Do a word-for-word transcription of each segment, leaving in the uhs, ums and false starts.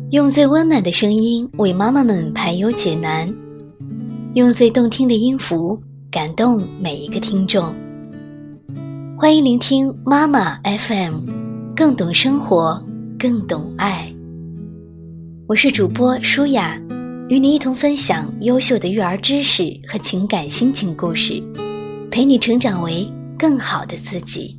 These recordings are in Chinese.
用最温暖的声音为妈妈们排忧解难，用最动听的音符感动每一个听众。欢迎聆听妈妈 F M， 更懂生活，更懂爱。我是主播舒雅，与你一同分享优秀的育儿知识和情感心情故事，陪你成长为更好的自己。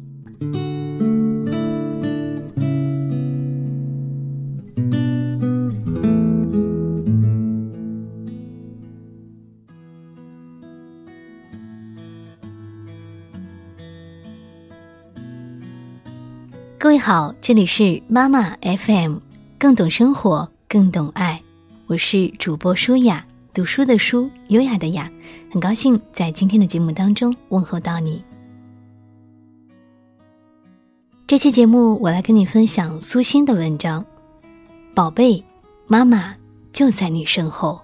各位好，这里是妈妈 F M， 更懂生活，更懂爱。我是主播舒雅，读书的书，优雅的雅，很高兴在今天的节目当中问候到你。这期节目我来跟你分享苏欣的文章，宝贝，妈妈就在你身后。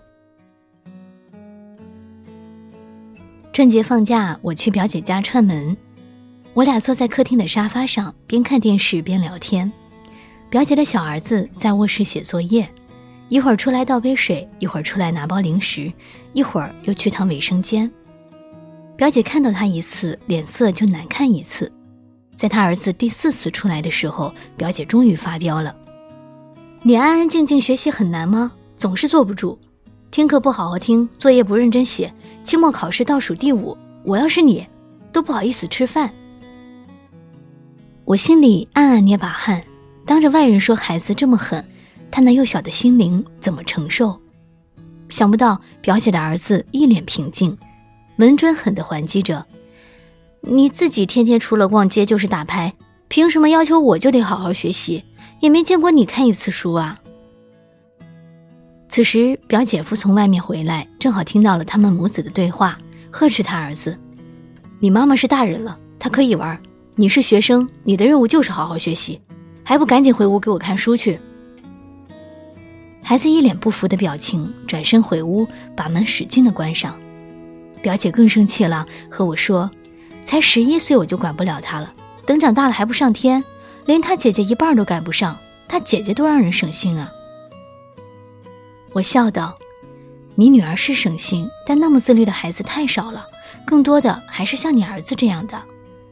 春节放假，我去表姐家串门，我俩坐在客厅的沙发上，边看电视边聊天。表姐的小儿子在卧室写作业，一会儿出来倒杯水，一会儿出来拿包零食，一会儿又去趟卫生间。表姐看到他一次，脸色就难看一次。在他儿子第四次出来的时候，表姐终于发飙了：你安安静静学习很难吗？总是坐不住，听课不好好听，作业不认真写，期末考试倒数第五，我要是你都不好意思吃饭。我心里暗暗捏把汗，当着外人说孩子这么狠，他那幼小的心灵怎么承受？想不到表姐的儿子一脸平静，稳准狠地还击着：你自己天天除了逛街就是打牌，凭什么要求我就得好好学习？也没见过你看一次书啊。此时表姐夫从外面回来，正好听到了他们母子的对话，呵斥他儿子：你妈妈是大人了，她可以玩，你是学生，你的任务就是好好学习，还不赶紧回屋给我看书去。孩子一脸不服的表情，转身回屋，把门使劲地关上。表姐更生气了，和我说：才十一岁我就管不了他了，等长大了还不上天，连他姐姐一半都赶不上，他姐姐都让人省心啊。我笑道：你女儿是省心，但那么自律的孩子太少了，更多的还是像你儿子这样的。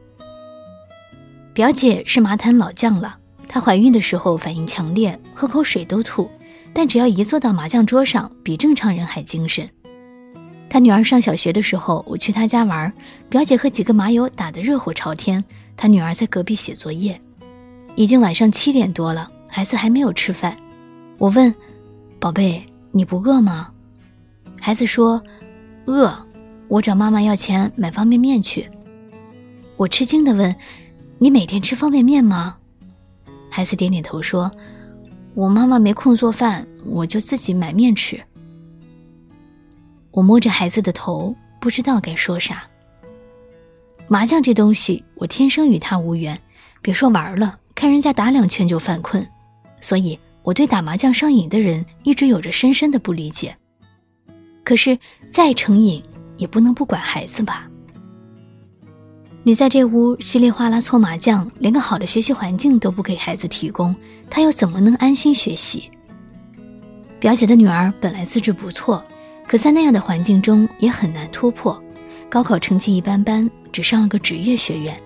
表姐是麻坛老将了，她怀孕的时候反应强烈，喝口水都吐，但只要一坐到麻将桌上，比正常人还精神。她女儿上小学的时候，我去她家玩，表姐和几个麻友打得热火朝天，她女儿在隔壁写作业。已经晚上七点多了，孩子还没有吃饭。我问：宝贝，你不饿吗？孩子说：饿，我找妈妈要钱买方便面去。我吃惊地问：你每天吃方便面吗？孩子点点头说：我妈妈没空做饭，我就自己买面吃。我摸着孩子的头，不知道该说啥。麻将这东西，我天生与它无缘，别说玩了，看人家打两圈就犯困，所以我对打麻将上瘾的人一直有着深深的不理解。可是再成瘾，也不能不管孩子吧。你在这屋稀里哗啦搓麻将，连个好的学习环境都不给孩子提供，他又怎么能安心学习？表姐的女儿本来资质不错，可在那样的环境中也很难突破，高考成绩一般般，只上了个职业学院。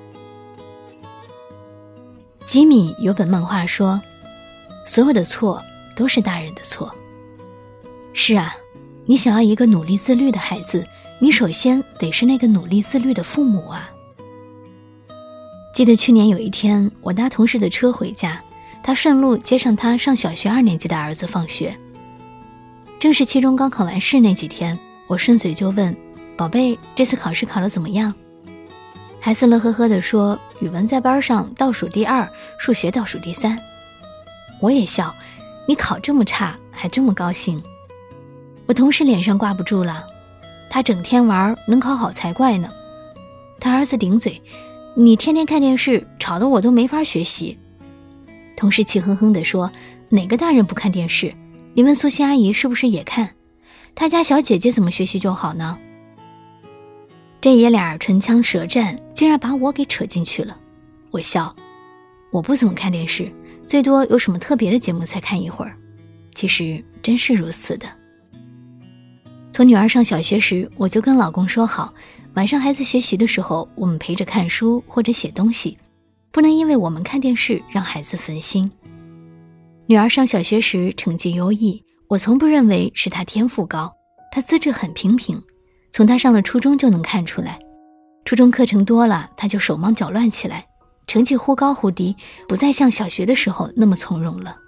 吉米有本漫画说，所有的错都是大人的错。是啊，你想要一个努力自律的孩子，你首先得是那个努力自律的父母啊。记得去年有一天，我搭同事的车回家，他顺路接上他上小学二年级的儿子放学。正是期中刚考完试那几天，我顺嘴就问：宝贝，这次考试考得怎么样？孩子乐呵呵地说：语文在班上倒数第二，数学倒数第三。我也笑，你考这么差还这么高兴。我同事脸上挂不住了，他整天玩，能考好才怪呢。他儿子顶嘴：你天天看电视，吵得我都没法学习。同事气哼哼地说：哪个大人不看电视？你问苏欣阿姨是不是也看？她家小姐姐怎么学习就好呢？这爷俩唇枪舌战，竟然把我给扯进去了。我笑，我不怎么看电视，最多有什么特别的节目才看一会儿。 其实真是如此的。从女儿上小学时，我就跟老公说好，晚上孩子学习的时候，我们陪着看书或者写东西，不能因为我们看电视让孩子分心。女儿上小学时成绩优异，我从不认为是她天赋高，她资质很平平，从她上了初中就能看出来。初中课程多了，她就手忙脚乱起来，成绩忽高忽低，不再像小学的时候那么从容了。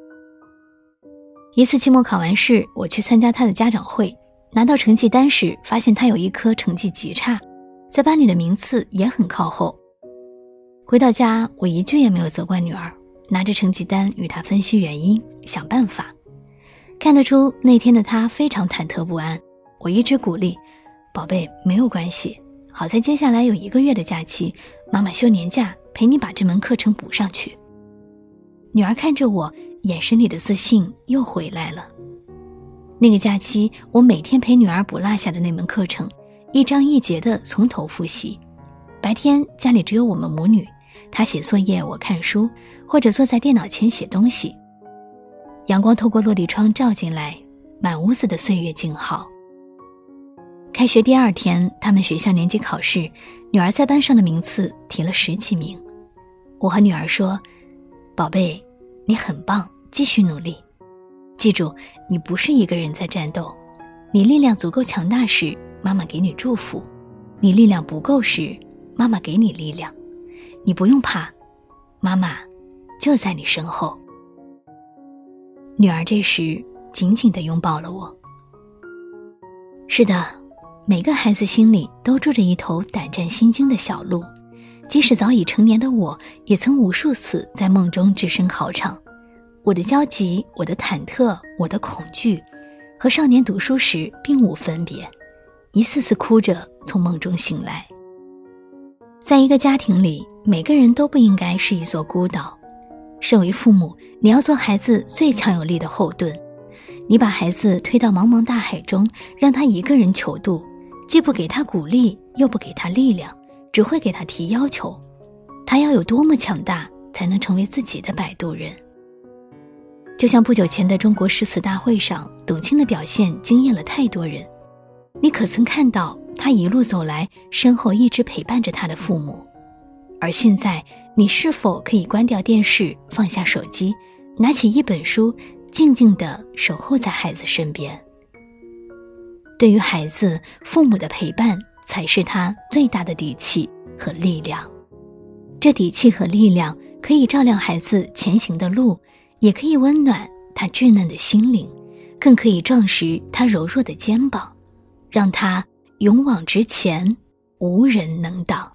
一次期末考完试，我去参加她的家长会，拿到成绩单时，发现她有一科成绩极差，在班里的名次也很靠后。回到家，我一句也没有责怪女儿，拿着成绩单与她分析原因，想办法。看得出那天的她非常忐忑不安，我一直鼓励，宝贝，没有关系，好在接下来有一个月的假期，妈妈休年假陪你把这门课程补上去。女儿看着我，眼神里的自信又回来了。那个假期，我每天陪女儿补落下的那门课程，一章一节的从头复习。白天家里只有我们母女，她写作业，我看书，或者坐在电脑前写东西。阳光透过落地窗照进来，满屋子的岁月静好。开学第二天，他们学校年级考试，女儿在班上的名次提了十几名。我和女儿说，宝贝，你很棒，继续努力。记住，你不是一个人在战斗，你力量足够强大时，妈妈给你祝福；你力量不够时，妈妈给你力量。你不用怕，妈妈就在你身后。女儿这时紧紧地拥抱了我。是的，每个孩子心里都住着一头胆战心惊的小鹿，即使早已成年的我，也曾无数次在梦中置身考场。我的焦急，我的忐忑，我的恐惧，和少年读书时并无分别，一次次哭着从梦中醒来。在一个家庭里，每个人都不应该是一座孤岛。身为父母，你要做孩子最强有力的后盾。你把孩子推到茫茫大海中，让他一个人求渡，既不给他鼓励，又不给他力量，只会给他提要求。他要有多么强大，才能成为自己的摆渡人？就像不久前的中国诗词大会上，董卿的表现惊艳了太多人。你可曾看到他一路走来，身后一直陪伴着他的父母？而现在，你是否可以关掉电视，放下手机，拿起一本书，静静地守候在孩子身边？对于孩子，父母的陪伴才是他最大的底气和力量。这底气和力量可以照亮孩子前行的路，也可以温暖他稚嫩的心灵，更可以壮实他柔弱的肩膀，让他勇往直前，无人能挡。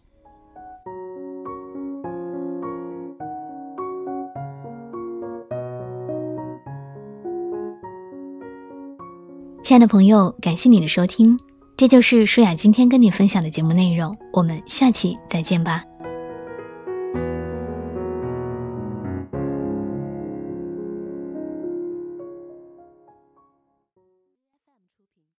亲爱的朋友，感谢你的收听，这就是舒雅今天跟你分享的节目内容，我们下期再见吧。